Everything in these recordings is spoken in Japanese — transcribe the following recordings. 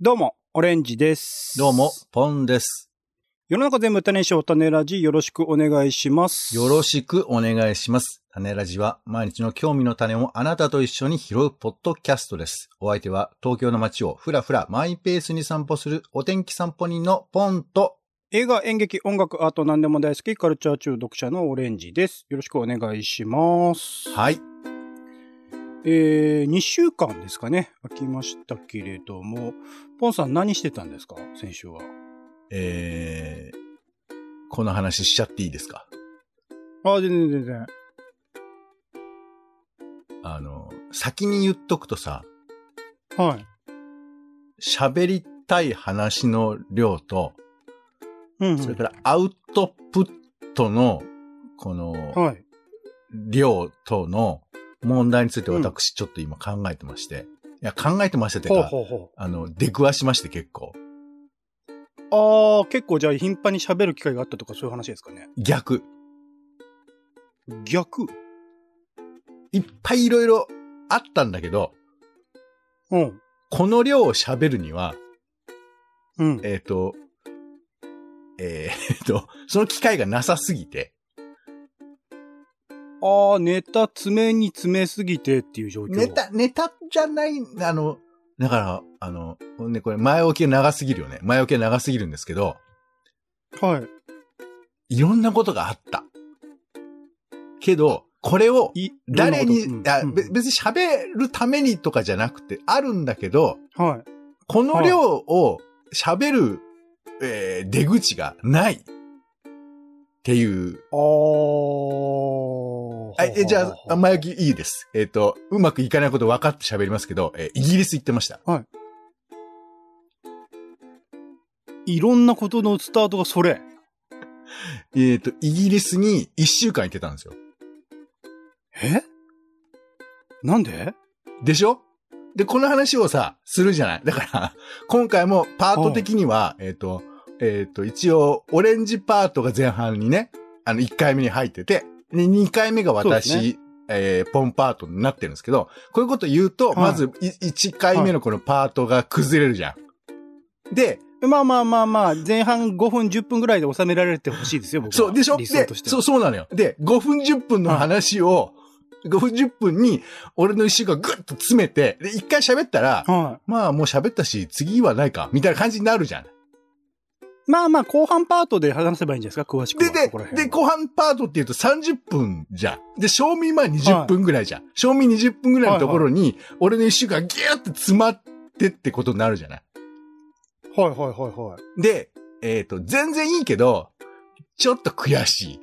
どうも、オレンジです。 どうも、ポンです。 世の中全部種種ラジ、よろしくお願いします。 よろしくお願いします。種ラジは毎日の興味の種をあなたと一緒に拾うポッドキャストです。お相手は東京の街をふらふらマイペースに散歩するお天気散歩人のポンと、 映画、演劇、音楽、アート何でも大好きカルチャー中毒者のオレンジです。よろしくお願いします。 はい。 2週間ですかね。空きましたけれども、ポンさん何してたんですか先週は。 この話しちゃっていいですか？ 全然。 先に言っとくとさ、 はい。 喋りたい話の量と、それからアウトプットの、 はい。 量との問題について私ちょっと今考えてまして。いや、考えてましててか、出くわしまして結構。 結構じゃあ頻繁に喋る機会があったとかそういう話ですかね。 逆いっぱいいろいろあったんだけど、この量を喋るには、その機会がなさすぎて。 ネタ詰めに詰めすぎてっていう状況。 ネタじゃない、だから、これ前置きが長すぎるよね。前置きが長すぎるんですけど。 はい。 いろんなことがあった。けど、これを、誰に、別に喋るためにとかじゃなくて、あるんだけど、 はい。 この量を喋る、出口がないっていう。じゃあ、前置きいいです。うまくいかないこと分かって喋りますけど、イギリス行ってました。 はい。いろんなことのスタートがそれ。 イギリスに1週間行ってたんですよ。 なんで？ でしょ？で、この話をさ、するじゃない。だから、今回もパート的には、一応、オレンジパートが前半にね、1回目に入ってて、で2回目が私、ポンパートになってるんですけど、こういうこと言うと、まず、1回目のこのパートが崩れるじゃん。で、 まあ、前半5分10分ぐらいで収められてほしいですよ、僕は。 そう、でしょ？で、そうなのよ。で、5分10分の話を、5分10分に、俺の一週間ぐっと詰めて、で、一回喋ったら、まあもう喋ったし、次はないか、みたいな感じになるじゃん。 まあ、後半パートで話せばいいんじゃないですか、詳しくは。 で、後半パートって言うと30分じゃん。で、賞味まあ20分ぐらいじゃん。賞味20分ぐらいのところに、俺の一週間ギューって詰まってってことになるじゃない。 はい。 で、全然いいけど、ちょっと悔しい。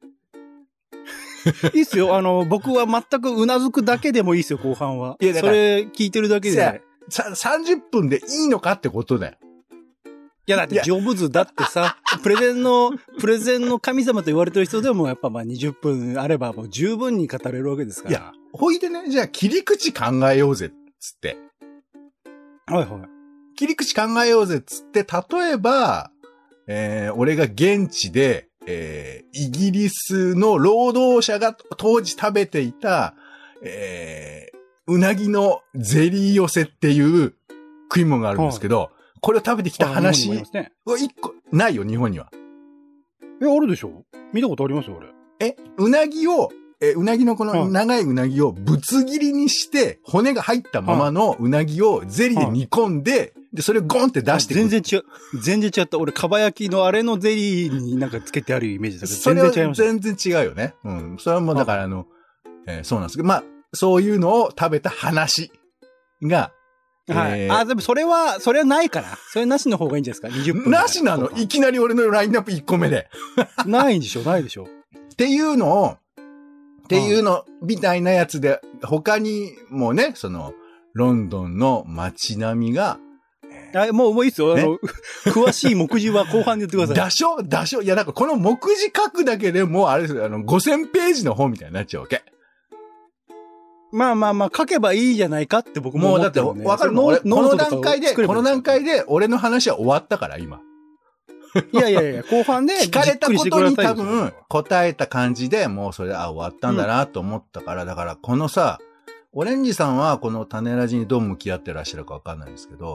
いいっすよ。僕は全くうなずくだけでもいいっすよ、後半は。いや、だからそれ聞いてるだけで。 30分でいいのかってことだよ。 いや、だって成仏だってさ、プレゼンの神様と言われてる人でもやっぱ20分あればもう十分に語れるわけですから。 いや、ほいでね、じゃあ切り口考えようぜ、つって。 はい。 切り口考えようぜ、つって、例えば、俺が現地で、イギリスの労働者が当時食べていた、うなぎのゼリー寄せっていう食い物があるんですけど、これを食べてきた話、一個、ないよ、日本には。 あるでしょ？見たことありますよ、俺。 うなぎのこの長いうなぎをぶつ切りにして、骨が入ったままのうなぎをゼリーで煮込んで、で、それをゴンって出してくる。 全然違った。俺、かば焼きのあれのゼリーになんかつけてあるイメージだけど、 全然違いました。全然違うよね。うん。それはもうだからそうなんですけど、まあ、そういうのを食べた話が、 はい。でもそれはないから。それなしの方がいいんじゃないですか ?20 分。 なしなの？いきなり俺のラインナップ1個目で。 ないでしょっていうのみたいなやつで、他にもね、ロンドンの街並みが、 もういいっすよ。詳しい目次は後半で言ってください。 だしょいや、なんかこの目次書くだけでもうあれですよ、5000ページの本みたいになっちゃうわけ。 まあ、書けばいいじゃないかって僕も思ってる、ね。 もうだって、わかるの？この段階で俺の話は終わったから、今。 いや、後半で聞かれたことに多分答えた感じで、もうそれで、終わったんだなと思ったから、だからこのさ、オレンジさんはこの種ラジにどう向き合ってらっしゃるかわかんないんですけど、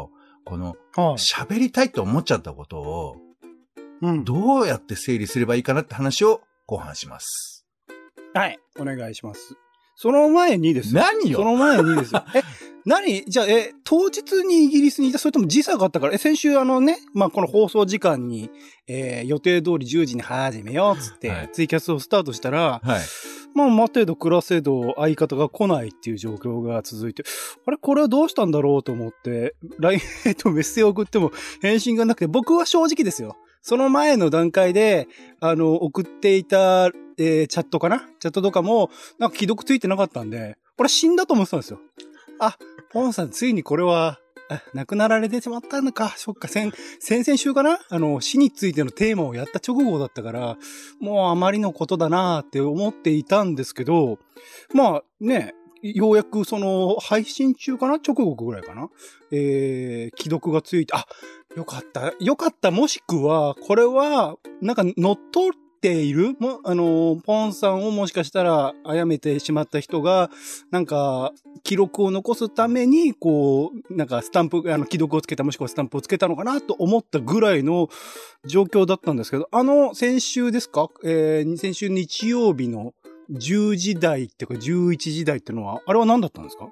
この、 はい。 喋りたいと思っちゃったことを、 うん。 どうやって整理すればいいかなって話を後半します。 はい。お願いします。その前にですよ。 何よその前にですよ。じゃあ、当日にイギリスにいた、それとも時差があったから、先週まあ、この放送時間に、予定通り10時に始めようっつって、 はい、 ツイキャスをスタートしたら、 はい。 まあ、待てど暮らせど相方が来ないっていう状況が続いて、あれこれはどうしたんだろうと思って、LINE メッセを送っても返信がなくて、僕は正直ですよ。その前の段階で、送っていた、チャットかなチャットとかも、なんか既読ついてなかったんで、これ死んだと思ってたんですよ。あ、ポンさんついにこれは、亡くなられてしまったのか。そっか、先々週かな死についてのテーマをやった直後だったから、もうあまりのことだなって思っていたんですけど、まあね、ようやくその配信中かな直後ぐらいかな既読がついて、あ、よかった。よかった。もしくは、これは、なんか乗っ取っているポンさんをもしかしたら殺めてしまった人が、なんか、記録を残すために、こう、なんかスタンプ、既読をつけたもしくはスタンプをつけたのかなと思ったぐらいの状況だったんですけど、先週ですか先週日曜日の10時台っていうか11時台っていうのは、あれは何だったんですか？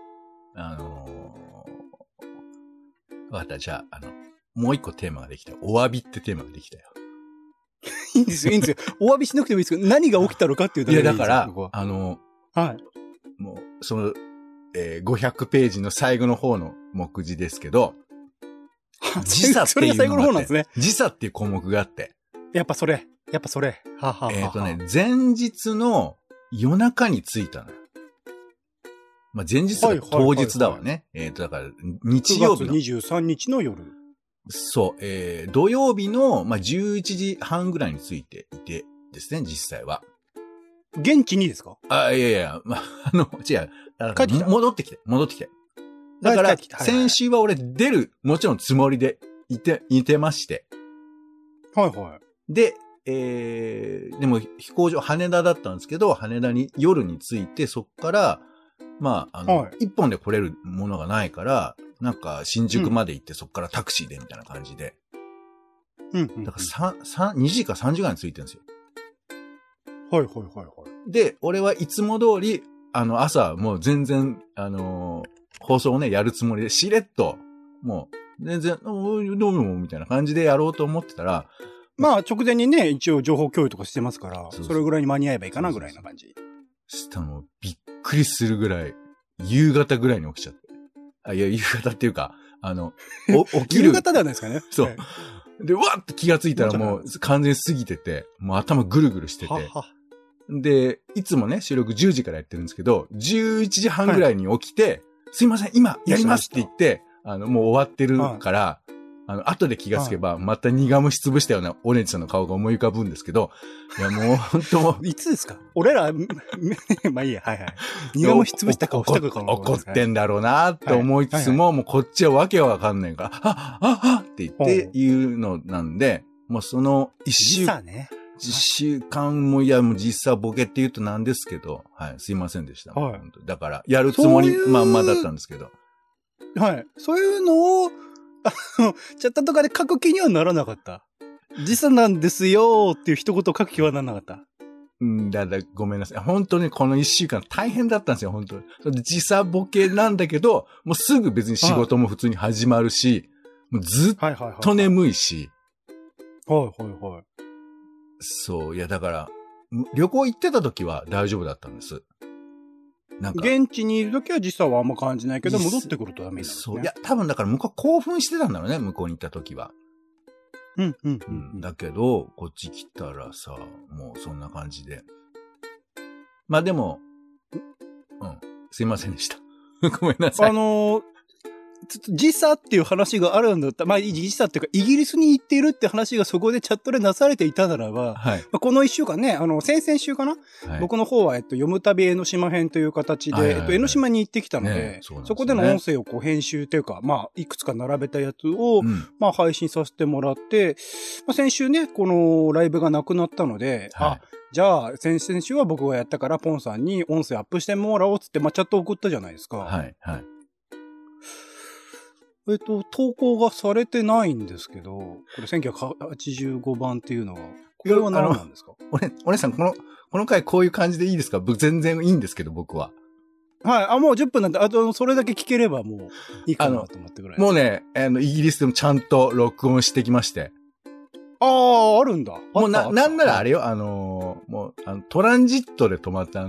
わかった。じゃあ、もう一個テーマができた。お詫びってテーマができたよ。 いいんですよ、いいんですよ。お詫びしなくてもいいですけど、何が起きたのかっていういや、だから、 はい。 もう、その、500ページの最後の方の目次ですけど、時差っていうのがあって、 それが最後の方なんですね。 時差っていう項目があって。 やっぱそれ。はは前日の夜中に着いたのよ。まあ、前日とか当日だわね。だから、日曜日の。 9月23日の夜。 そう、土曜日の、まあ、11時半ぐらいに着いていてですね、実際は。 現地にですか？ いや、まあ、違う。 帰ってきた？ 戻ってきて。だから、先週は俺出る、もちろんつもりでいてまして。 はいはい。 で、でも飛行場、羽田だったんですけど、羽田に夜に着いて、そっから、まあ、一本で来れるものがないから、なんか、新宿まで行って、そっからタクシーで、みたいな感じで。だから2時か3時ぐらいに着いてるんですよ。 はい。 で、俺はいつも通り、朝、もう全然、放送をね、やるつもりで、しれっと、もう、全然、どうも、みたいな感じでやろうと思ってたら、 まあ、直前にね、一応情報共有とかしてますから、それぐらいに間に合えばいいかな、ぐらいな感じ。 したの、びっくりするぐらい、夕方ぐらいに起きちゃって。夕方っていうか、起きる。 夕方ではないですかね。 そう。で、わーって気がついたらもう完全に過ぎてて、もう頭ぐるぐるしてて。で、いつもね、収録10時からやってるんですけど、11時半ぐらいに起きて、すいません、今やりますって言って、もう終わってるから、後で気がつけば、また苦虫潰したようなオレンジさんの顔が思い浮かぶんですけど、いやもう本当いつですか？俺ら、まあいいや、はい。苦虫潰した顔したか怒ってんだろうなと思いつつも、もうこっちはわけわかんないから、って言って言うのなんで、もうその一週間も、いやもう実際ボケって言うとなんですけど、はい、すいませんでした。はい、だから、やるつもりまんまだったんですけど。 はい。そういうのを、チャットとかで書く気にはならなかった。時差なんですよっていう一言を書く気はならなかった。 ごめんなさい。本当にこの一週間大変だったんですよ、本当に。時差ボケなんだけど、もうすぐ別に仕事も普通に始まるし、もうずっと眠いし。 はい。 そう、いやだから、旅行行ってた時は大丈夫だったんです。 なんか現地にいる時は時差はあんま感じないけど、戻ってくるとダメなんですね。 そう。いや、多分だから向こう興奮してたんだろうね、向こうに行った時は。だけど、こっち来たらさ、もうそんな感じで。まあでも、すいませんでした。ごめんなさい。 時差っていう話があるんだったら、まあ時差っていうか、イギリスに行っているって話がそこでチャットでなされていたならば、はい、この一週間ね、先々週かな、はい、僕の方は、読む旅江ノ島編という形で、江ノ島に行ってきたので、そこでの音声をこう編集というか、まあ、いくつか並べたやつを、まあ、配信させてもらって、まあ、先週ね、このライブがなくなったので、じゃあ、先々週は僕がやったから、ポンさんに音声アップしてもらおうっつって、まあ、チャット送ったじゃないですか。 投稿がされてないんですけど、これ1985番っていうのは、これは何なんですか？ お姉さん、この回こういう感じでいいですか？僕全然いいんですけど、僕は。 はい。もう10分なんで、あと、それだけ聞ければもういいかなと思ってぐらい。 もうね、イギリスでもちゃんと録音してきまして。 あるんだ。 もうなんならあれよ、もう、トランジットで止まった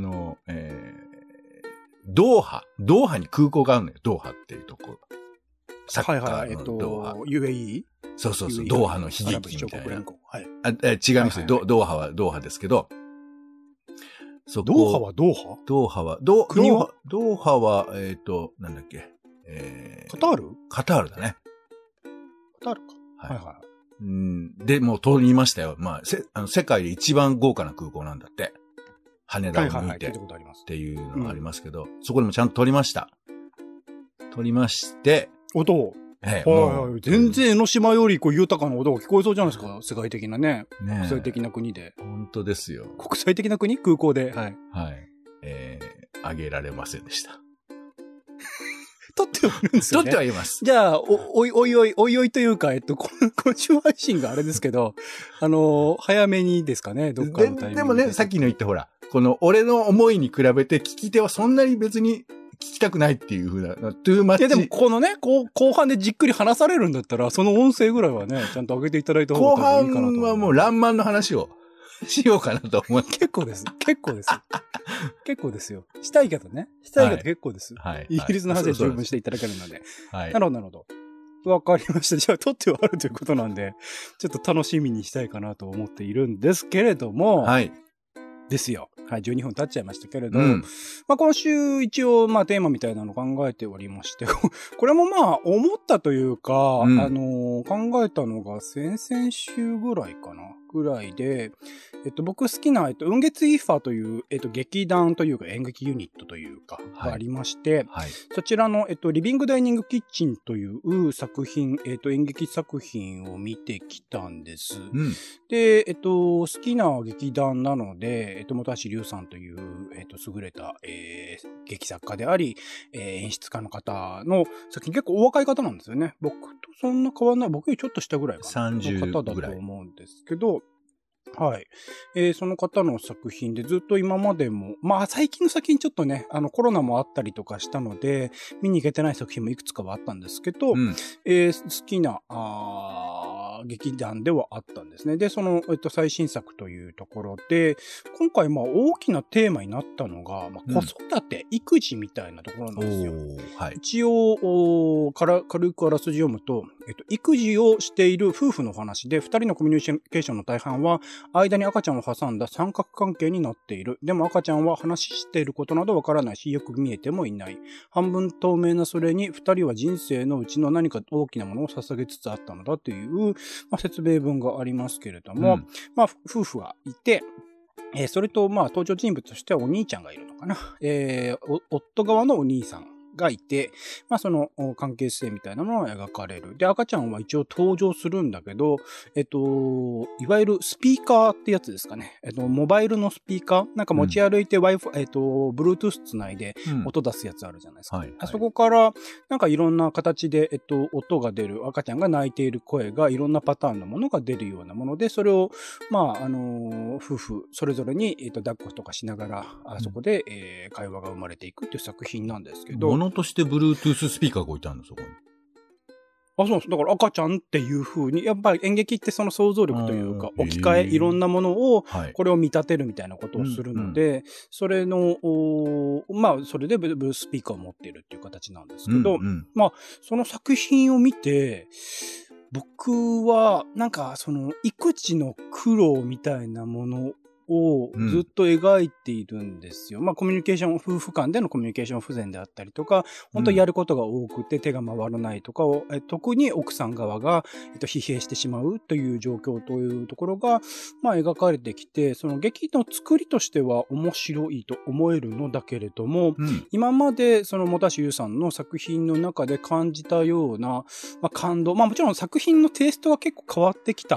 ドーハに空港があるのよ。ドーハっていうとこ。サッカーのドーハ。 UAE？ そう、ドーハの悲劇みたいな。 はい。 違いますよ。ドーハはドーハですけど。 ドーハはドーハ？ ドーハは、 国はドーハは、なんだっけ。 カタール？ カタールだね。 カタールか。はい。 で、もう通りましたよ。まあ、世界で一番豪華な空港なんだって。羽田を抜いて。っていうのがありますけど、そこでもちゃんと撮りました。撮りまして。 音を。全然江ノ島より豊かな音が聞こえそうじゃないですか。世界的なね。国際的な国で。 本当ですよ。 国際的な国？空港で。はい。 はい。あげられませんでした。 撮ってはいるんですよね。 撮ってはいます。 じゃあ、おいおいというか、今週配信があれですけど、早めにですかね、どっかのタイミングで。 でもね、さっきの言ってほら、この俺の思いに比べて聞き手はそんなに別に聞きたくないっていう風な、トゥーマッチ。 いやでもこのね、後半でじっくり話されるんだったら、その音声ぐらいはね、ちゃんと上げていただいた方がいいかなと。 後半はもう爛漫の話をしようかなと思って。 結構です。結構ですよ。したいけど結構です。はい。イギリスの話で十分していただけるので。はい。なるほど。わかりました。じゃあ、撮ってはあるということなんで、ちょっと楽しみにしたいかなと思っているんですけれども。はい。ですよ。はい、12分経っちゃいましたけれど、今週一応、テーマみたいなのを考えておりまして、これも思ったというか、考えたのが先々週ぐらいかな、ぐらいで、僕好きな、雲月イーファという、劇団というか演劇ユニットというか、がありまして、そちらの、リビングダイニングキッチンという作品、演劇作品を見てきたんです。で、好きな劇団なので、本橋龍さんという、優れた、劇作家であり、演出家の方の作品、結構お若い方なんですよね。僕とそんな変わんない、僕よりちょっと下ぐらいかな。 30 の方だと思うんですけど、はい。その方の作品でずっと今までも、最近の作品ちょっとね、コロナもあったりとかしたので、見に行けてない作品もいくつかはあったんですけど、好きな、劇団ではあったんですね。で、その、最新作というところで、今回、大きなテーマになったのが、子育て、育児みたいなところなんですよ。はい、一応、軽くあらすじ読むと、育児をしている夫婦の話で、二人のコミュニケーションの大半は、間に赤ちゃんを挟んだ三角関係になっている。でも赤ちゃんは話していることなどわからないし、よく見えてもいない。半分透明なそれに、二人は人生のうちの何か大きなものを捧げつつあったのだという、説明文がありますけれども、夫婦はいて、それと、登場人物としてはお兄ちゃんがいるのかな。夫側のお兄さんがいて、その関係性みたいなのが描かれる。で、赤ちゃんは一応登場するんだけど、いわゆるスピーカーってやつですかね。モバイルのスピーカーなんか持ち歩いて Wi-Fi、Bluetooth つないで音出すやつあるじゃないですか。そこから、なんかいろんな形で、音が出る、赤ちゃんが泣いている声がいろんなパターンのものが出るようなもので、それを、夫婦それぞれに、抱っことかしながら、そこで、会話が生まれていくっていう作品なんですけど、 物として Bluetooth スピーカーが置いてあるの、そこに。 そうです。だから赤ちゃんっていう風に、やっぱり演劇ってその想像力というか、置き換え、いろんなものを、これを見立てるみたいなことをするので、それの、それでスピーカーを持っているっていう形なんですけど、その作品を見て、僕は、なんか、その、育児の苦労みたいなものをずっと描いているんですよ。コミュニケーション、夫婦間でのコミュニケーション不全であったりとか、本当にやることが多くて手が回らないとかを、特に奥さん側が、疲弊してしまうという状況というところが、描かれてきて、その劇の作りとしては面白いと思えるのだけれども、今までその本橋優さんの作品の中で感じたような、感動、もちろん作品のテイストが結構変わってきた。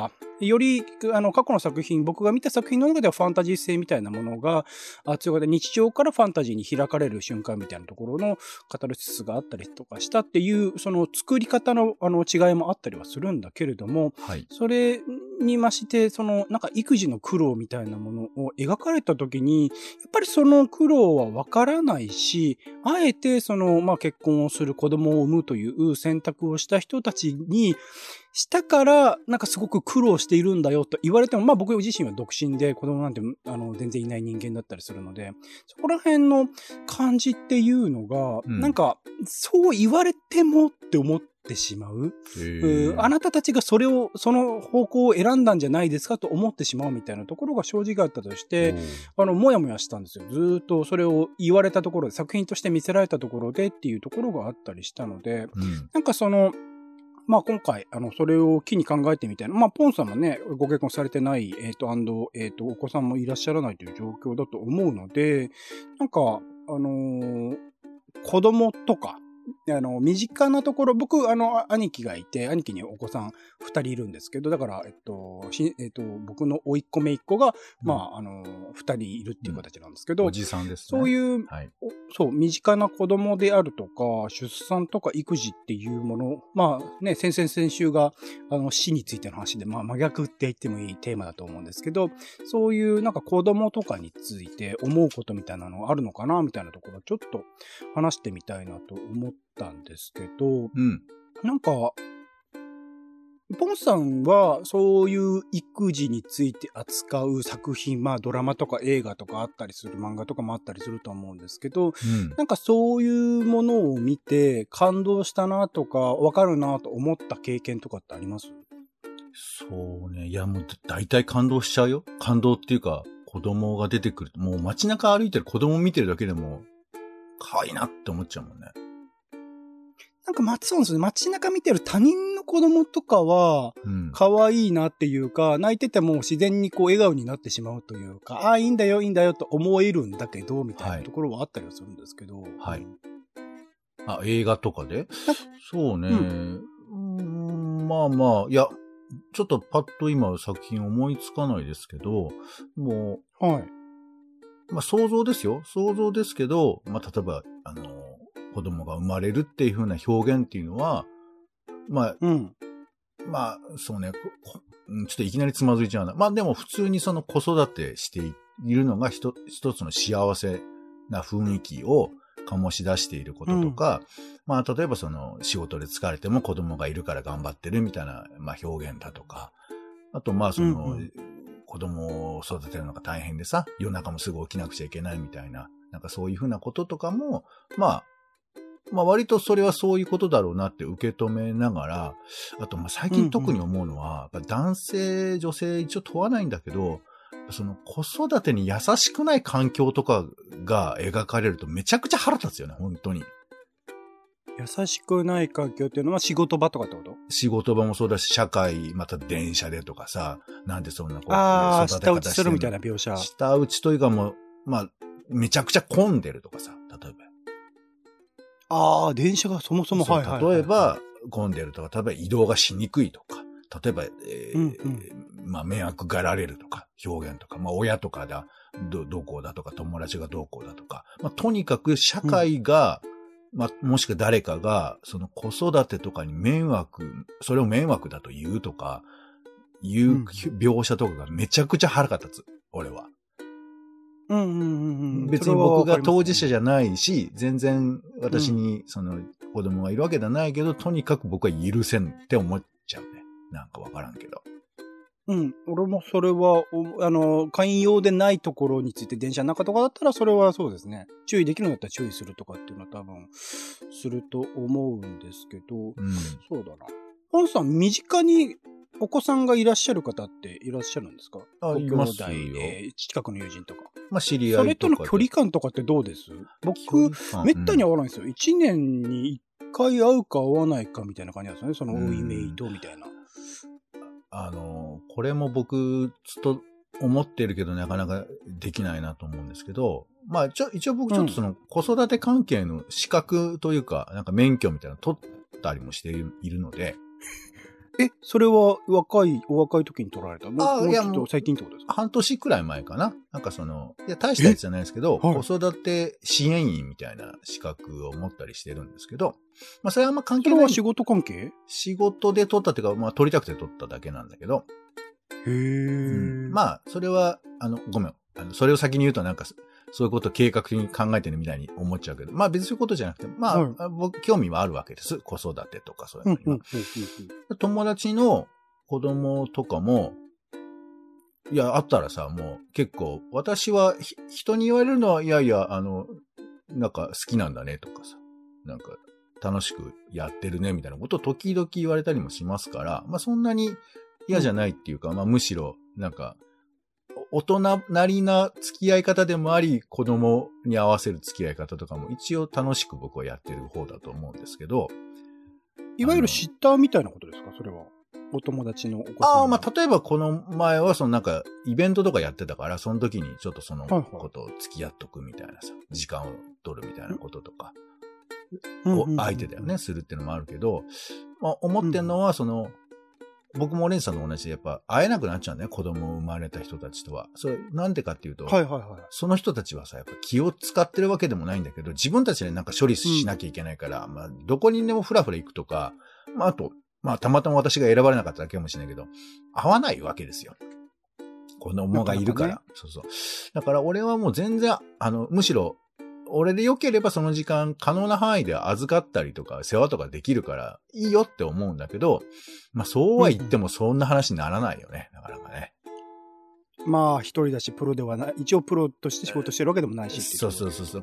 より、過去の作品、僕が見た作品の中ではファンタジー性みたいなものが、強くて日常からファンタジーに開かれる瞬間みたいなところのカタルシスがあったりとかしたっていう、その作り方の違いもあったりはするんだけれども、 はい。 それに増して、なんか育児の苦労みたいなものを描かれた時に、やっぱりその苦労はわからないし、あえて結婚をする子供を産むという選択をした人たちに、したから、なんかすごく苦労しているんだよと言われても、僕自身は独身で子供なんて、全然いない人間だったりするので、そこら辺の感じっていうのが、なんか、そう言われてもって思ってしまう。あなたたちがその方向を選んだんじゃないですかと思ってしまうみたいなところが正直あったとして、もやもやしたんですよ。ずーっとそれを言われたところで、作品として見せられたところでっていうところがあったりしたので、なんか今回、それを機に考えてみたいな。ポンさんもね、ご結婚されてない、お子さんもいらっしゃらないという状況だと思うので、なんか、子供とか、身近なところ、僕、兄貴がいて、兄貴にお子さん2人いるんですけど、だから、僕の甥っ子姪っ子が、2人いるっていう形なんですけど、 おじさんですね。 そういう、 はい、 そう、身近な子供であるとか、出産とか育児っていうもの、先週が、死についての話で、真逆って言ってもいいテーマだと思うんですけど、そういうなんか子供とかについて思うことみたいなのがあるのかな、みたいなところをちょっと話してみたいなと思ったんですけど、なんか、ポンさんはそういう育児について扱う作品、ドラマとか映画とかあったりする、漫画とかもあったりすると思うんですけど、なんかそういうものを見て感動したなとか、わかるなと思った経験とかってあります？ そうね。いや、もう大体感動しちゃうよ。感動っていうか、子供が出てくると、もう街中歩いてる子供見てるだけでも、可愛いなって思っちゃうもんね。 なんかそうですね。街中見てる他人の子供とかは、可愛いなっていうか、泣いてても自然に笑顔になってしまうというか、いいんだよ、いいんだよと思えるんだけど、みたいなところはあったりはするんですけど。 はい。映画とかでそうね。いや、ちょっとパッと今作品思いつかないですけど、もう、はい。 想像ですよ。想像ですけど、例えば、子供が生まれるっていう風な表現っていうのは、そうね、ちょっといきなりつまずいちゃうな。でも普通にその子育てしているのが一つの幸せな雰囲気を醸し出していることとか、例えばその仕事で疲れても子供がいるから頑張ってるみたいな、表現だとか、あと子供を育てるのが大変でさ、夜中もすぐ起きなくちゃいけないみたいな、なんかそういうふうなこととかも、割とそれはそういうことだろうなって受け止めながら、あと最近特に思うのは、男性、女性一応問わないんだけど、その子育てに優しくない環境とかが描かれるとめちゃくちゃ腹立つよね、本当に。 優しくない環境っていうのは仕事場とかってこと？ 仕事場もそうだし、社会、また電車でとかさ、なんでそんな育て方してるの？舌打ちするみたいな描写。 舌打ちというかもう、めちゃくちゃ混んでるとかさ、例えば。 電車がそもそも、 例えば、混んでるとか、例えば移動がしにくいとか、例えば、迷惑がられるとか、表現とか、親とかだ、どこうだとか、友達がどうこうだとか、とにかく社会が、もしくは誰かが、その子育てとかにそれを迷惑だと言うとか、いう描写とかがめちゃくちゃ腹が立つ、俺は。別に僕が当事者じゃないし、全然私にその子供がいるわけではないけど、とにかく僕は許せんって思っちゃうね。なんかわからんけど。 俺もそれは、寛容でないところについて電車の中とかだったら、それはそうですね。注意できるんだったら注意するとかっていうのは多分、すると思うんですけど、そうだな。ポンさん、身近にお子さんがいらっしゃる方っていらっしゃるんですか？ご兄弟、近くの友人とか。 知り合いとか。 それとの距離感とかってどうです？僕、めったに会わないんですよ。1年に1回会うか会わないかみたいな感じなんですよね。その多いメイトみたいな。 これも僕、ずっと思ってるけどなかなかできないなと思うんですけど、一応僕ちょっとその子育て関係の資格というか、なんか免許みたいなの取ったりもしているので、 それはお若い時に取られたもういやちょっと最近ってことですか？ 半年くらい前かな。なんかいや、大したやつじゃないですけど、 はい子育て支援員みたいな資格を持ったりしてるんですけど、まあ、それはあんま関係ない。 それは仕事関係？ 仕事で取ったっていうか、まあ、取りたくて取っただけなんだけど、 へー。 まあ、それは、ごめん。それを先に言うとなんか、そういうことを計画的に考えてるみたいに思っちゃうけど、まあ別にそういうことじゃなくて、まあ、僕、興味はあるわけです。子育てとかそういうのには。友達の子供とかも、いや、あったらさ、もう結構、私は人に言われるのは、いやいや、なんか好きなんだねとかさ、なんか楽しくやってるねみたいなことを時々言われたりもしますから、まあそんなに嫌じゃないっていうか、まあむしろ、なんか、大人なりな付き合い方でもあり、子供に合わせる付き合い方とかも一応楽しく僕はやってる方だと思うんですけど。 いわゆるシッターみたいなことですか、それは。お友達のお子さん。 まあ、例えばこの前はなんか、イベントとかやってたから、その時にちょっとそのことを付き合っとくみたいなさ、時間を取るみたいなこととか、相手だよね、するっていうのもあるけど、まあ、思ってんのは、僕もオレンジさんと同じでやっぱ会えなくなっちゃうんだよ、子供生まれた人たちとは。それ、なんでかっていうと、その人たちはさ、やっぱ気を使ってるわけでもないんだけど、自分たちでなんか処理しなきゃいけないから、まあ、どこにでもフラフラ行くとか、まあ、あと、まあ、たまたま私が選ばれなかっただけかもしれないけど、会わないわけですよ。子供がいるから。そうそう。だから俺はもう全然、むしろ、俺で良ければその時間可能な範囲で預かったりとか世話とかできるからいいよって思うんだけど、まあそうは言ってもそんな話にならないよね、なかなかね。 まあ一人だしプロではない、一応プロとして仕事してるわけでもないしってそう。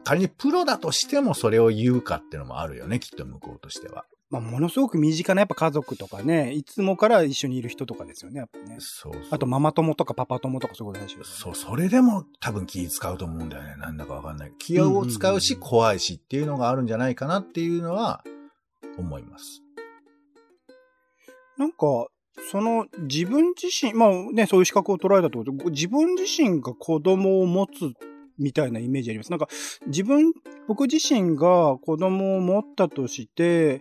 仮にプロだとしてもそれを言うかっていうのもあるよね、きっと向こうとしては。 まあものすごく身近なやっぱ家族とかね、いつもから一緒にいる人とかですよね、やっぱね。 そう。 あとママ友とかパパ友とかそういうことですよね。 そう、それでも多分気使うと思うんだよね。なんだかわかんない。気を使うし怖いしっていうのがあるんじゃないかなっていうのは思います。 なんか、自分自身、まあね、そういう資格を取られたってことで、自分自身が子供を持つみたいなイメージあります。なんか、僕自身が子供を持ったとして、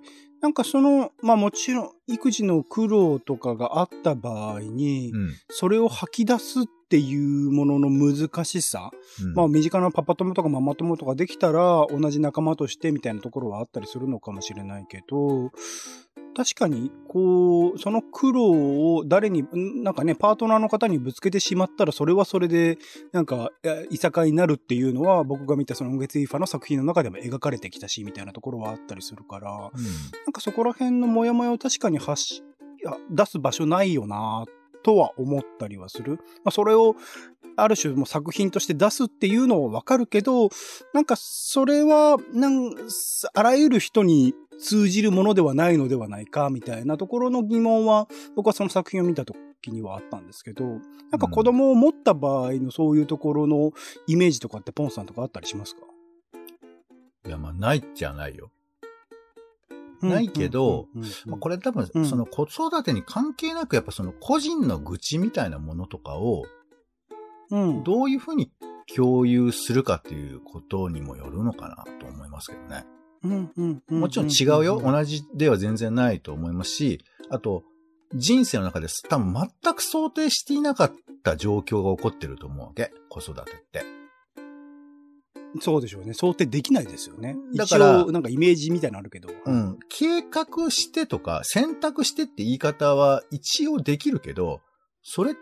なんかまあもちろん、育児の苦労とかがあった場合に、それを吐き出すっていうものの難しさ、まあ身近なパパ友とかママ友とかできたら、同じ仲間としてみたいなところはあったりするのかもしれないけど、確かに、その苦労を誰に、なんかね、パートナーの方にぶつけてしまったら、それはそれで、なんか、いさかいになるっていうのは、僕が見たその月イーファの作品の中でも描かれてきたし、みたいなところはあったりするから、なんかそこら辺のモヤモヤを確かに出す場所ないよな、とは思ったりはする。まあ、それを、ある種も作品として出すっていうのはわかるけど、なんかそれは、あらゆる人に通じるものではないのではないか、みたいなところの疑問は、僕はその作品を見た時にはあったんですけど、なんか子供を持った場合のそういうところのイメージとかってポンさんとかあったりしますか？ いや、まあ、ないっちゃないよ。ないけど、これ多分、その子育てに関係なく、やっぱその個人の愚痴みたいなものとかを、どういうふうに共有するかっていうことにもよるのかなと思いますけどね。もちろん違うよ。同じでは全然ないと思いますし、あと、人生の中で多分全く想定していなかった状況が起こってると思うわけ。子育てって。 そうでしょうね。想定できないですよね。だから、一応なんかイメージみたいなのあるけど。 計画してとか選択してって言い方は一応できるけど、それって、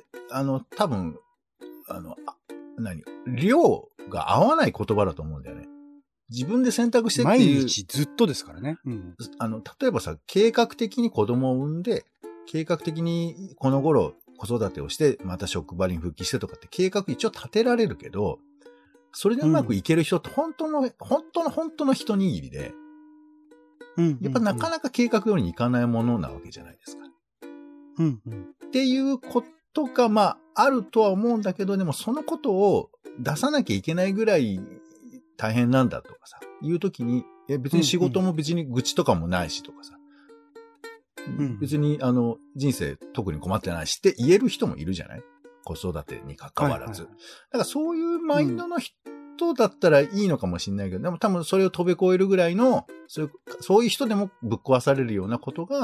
多分、量が合わない言葉だと思うんだよね。自分で選択してっていう。 毎日ずっとですからね。 例えばさ、計画的に子供を産んで、計画的にこの頃子育てをして、また職場に復帰してとかって計画一応立てられるけど、それでうまくいける人って本当の一握りで、やっぱなかなか計画通りにいかないものなわけじゃないですか。っていうことが、まあ、あるとは思うんだけど、でもそのことを出さなきゃいけないぐらい大変なんだとかさ、いうときに、別に仕事も別に愚痴とかもないしとかさ、別に人生特に困ってないしって言える人もいるじゃない？子育てに関わらず。だからそういうマインドの人だったらいいのかもしれないけど、でも多分それを飛び越えるぐらいの、そういう人でもぶっ壊されるようなことが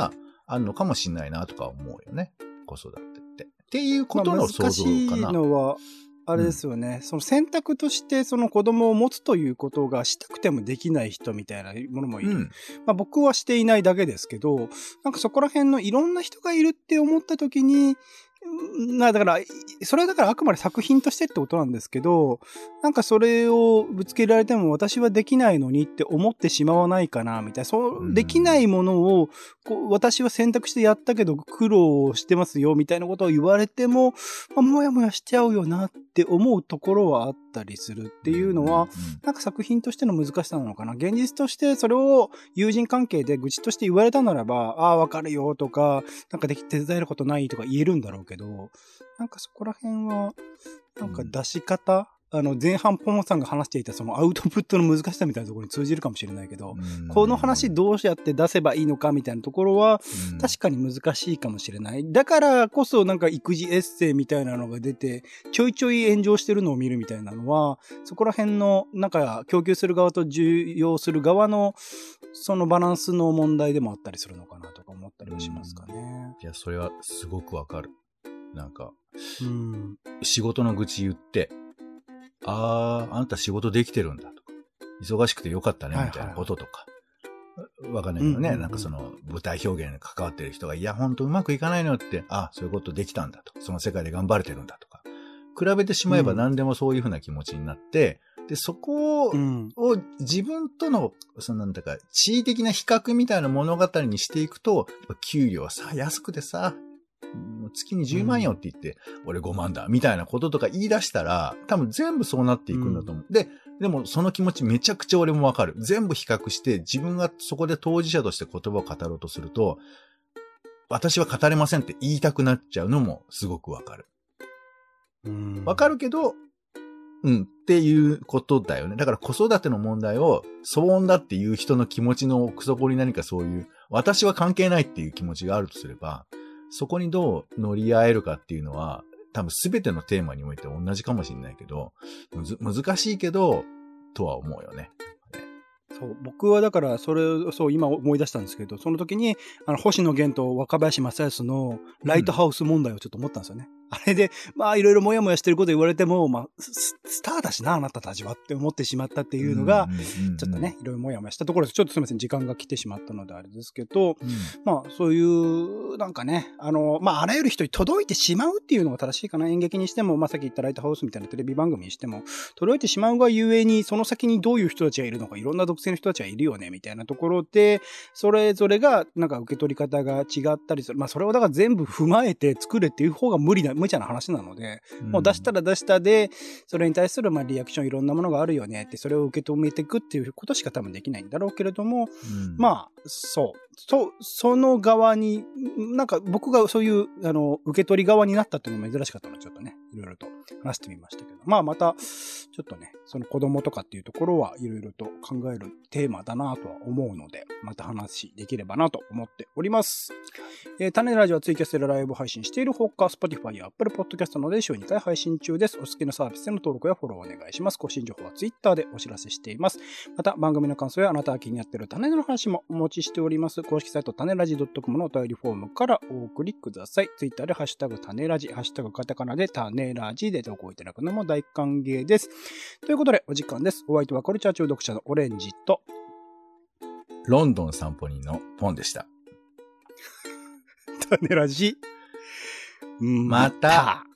あるのかもしれないなとか思うよね。子育てって。っていうことの想像かな。 難しいのは、あれですよね。その選択としてその子供を持つということがしたくてもできない人みたいなものもいる。僕はしていないだけですけど、なんかそこら辺のいろんな人がいるって思った時に、だから、それはだからあくまで作品としてってことなんですけど、なんかそれをぶつけられても私はできないのにって思ってしまわないかな、みたいな。できないものを私は選択してやったけど苦労してますよ、みたいなことを言われても、もやもやしちゃうよなって思うところはあったりするっていうのは、なんか作品としての難しさなのかな。現実としてそれを友人関係で愚痴として言われたならば、ああ、わかるよとか、なんか手伝えることないとか言えるんだろうけど、なんかそこら辺は、なんか出し方、前半ポンさんが話していたそのアウトプットの難しさみたいなところに通じるかもしれないけど、この話どうやって出せばいいのかみたいなところは、確かに難しいかもしれない。だからこそなんか育児エッセイみたいなのが出て、ちょいちょい炎上してるのを見るみたいなのは、そこら辺のなんか供給する側と需要する側のそのバランスの問題でもあったりするのかなとか思ったりはしますかね。 いや、それはすごくわかる。なんか、仕事の愚痴言って、あなた仕事できてるんだとか、忙しくてよかったねみたいなこととか、わかんないけどね、なんかその舞台表現に関わってる人が、いや、ほんとうまくいかないのって、そういうことできたんだと、その世界で頑張れてるんだとか、比べてしまえば何でもそういうふうな気持ちになって、で、そこを自分との、なんだか、地位的な比較みたいな物語にしていくと、給料さ、安くてさ、月に10万よって言って、俺5万だ、みたいなこととか言い出したら、多分全部そうなっていくんだと思う。でもその気持ちめちゃくちゃ俺もわかる。全部比較して、自分がそこで当事者として言葉を語ろうとすると、私は語れませんって言いたくなっちゃうのもすごくわかる。わかるけど、っていうことだよね。だから子育ての問題を騒音だっていう人の気持ちの奥底に何かそういう、私は関係ないっていう気持ちがあるとすれば、そこにどう乗り合えるかっていうのは、多分全てのテーマにおいて同じかもしれないけど、難しいけど、とは思うよね。 そう、僕はだから、今思い出したんですけど、その時に、星野源と若林正康のライトハウス問題をちょっと思ったんですよね。あれで、いろいろもやもやしてること言われても、スターだしな、あなたたちはって思ってしまったっていうのが、ちょっとね、いろいろもやもやしたところで、ちょっとすみません、時間が来てしまったのであれですけど、そういう、なんかね、あらゆる人に届いてしまうっていうのが正しいかな。演劇にしても、さっき言ったライトハウスみたいなテレビ番組にしても、届いてしまうがゆえに、その先にどういう人たちがいるのか、いろんな独占の人たちがいるよね、みたいなところで、それぞれが、なんか受け取り方が違ったりする。それをだから全部踏まえて作れっていう方が無茶な話なので、もう出したら出したで、それに対するリアクションいろんなものがあるよねって、それを受け止めていくっていうことしか多分できないんだろうけれども、その側に、なんか僕がそういう、受け取り側になったっていうのも珍しかったので、ちょっとね、いろいろと話してみましたけど、また、ちょっとね、その子供とかっていうところはいろいろと考えるテーマだなとは思うので、また話できればなと思っております。種ラジオはツイキャスでライブ配信しているほか、Spotify や Apple Podcast などで週2回配信中です。お好きなサービスでの登録やフォローお願いします。更新情報は Twitter でお知らせしています。また、番組の感想やあなたが気になっている種の話もお持ちしております。公式サイト種ラジ .com のお便りフォームからお送りください。Twitter でハッシュタグ種ラジ、ハッシュタグカタカナで種ラジで投稿いただくのも大歓迎です。ということで、お時間です。お相手はカルチャー中毒者のオレンジと、 ロンドン散歩人のポンでした。 種ラジ、 また。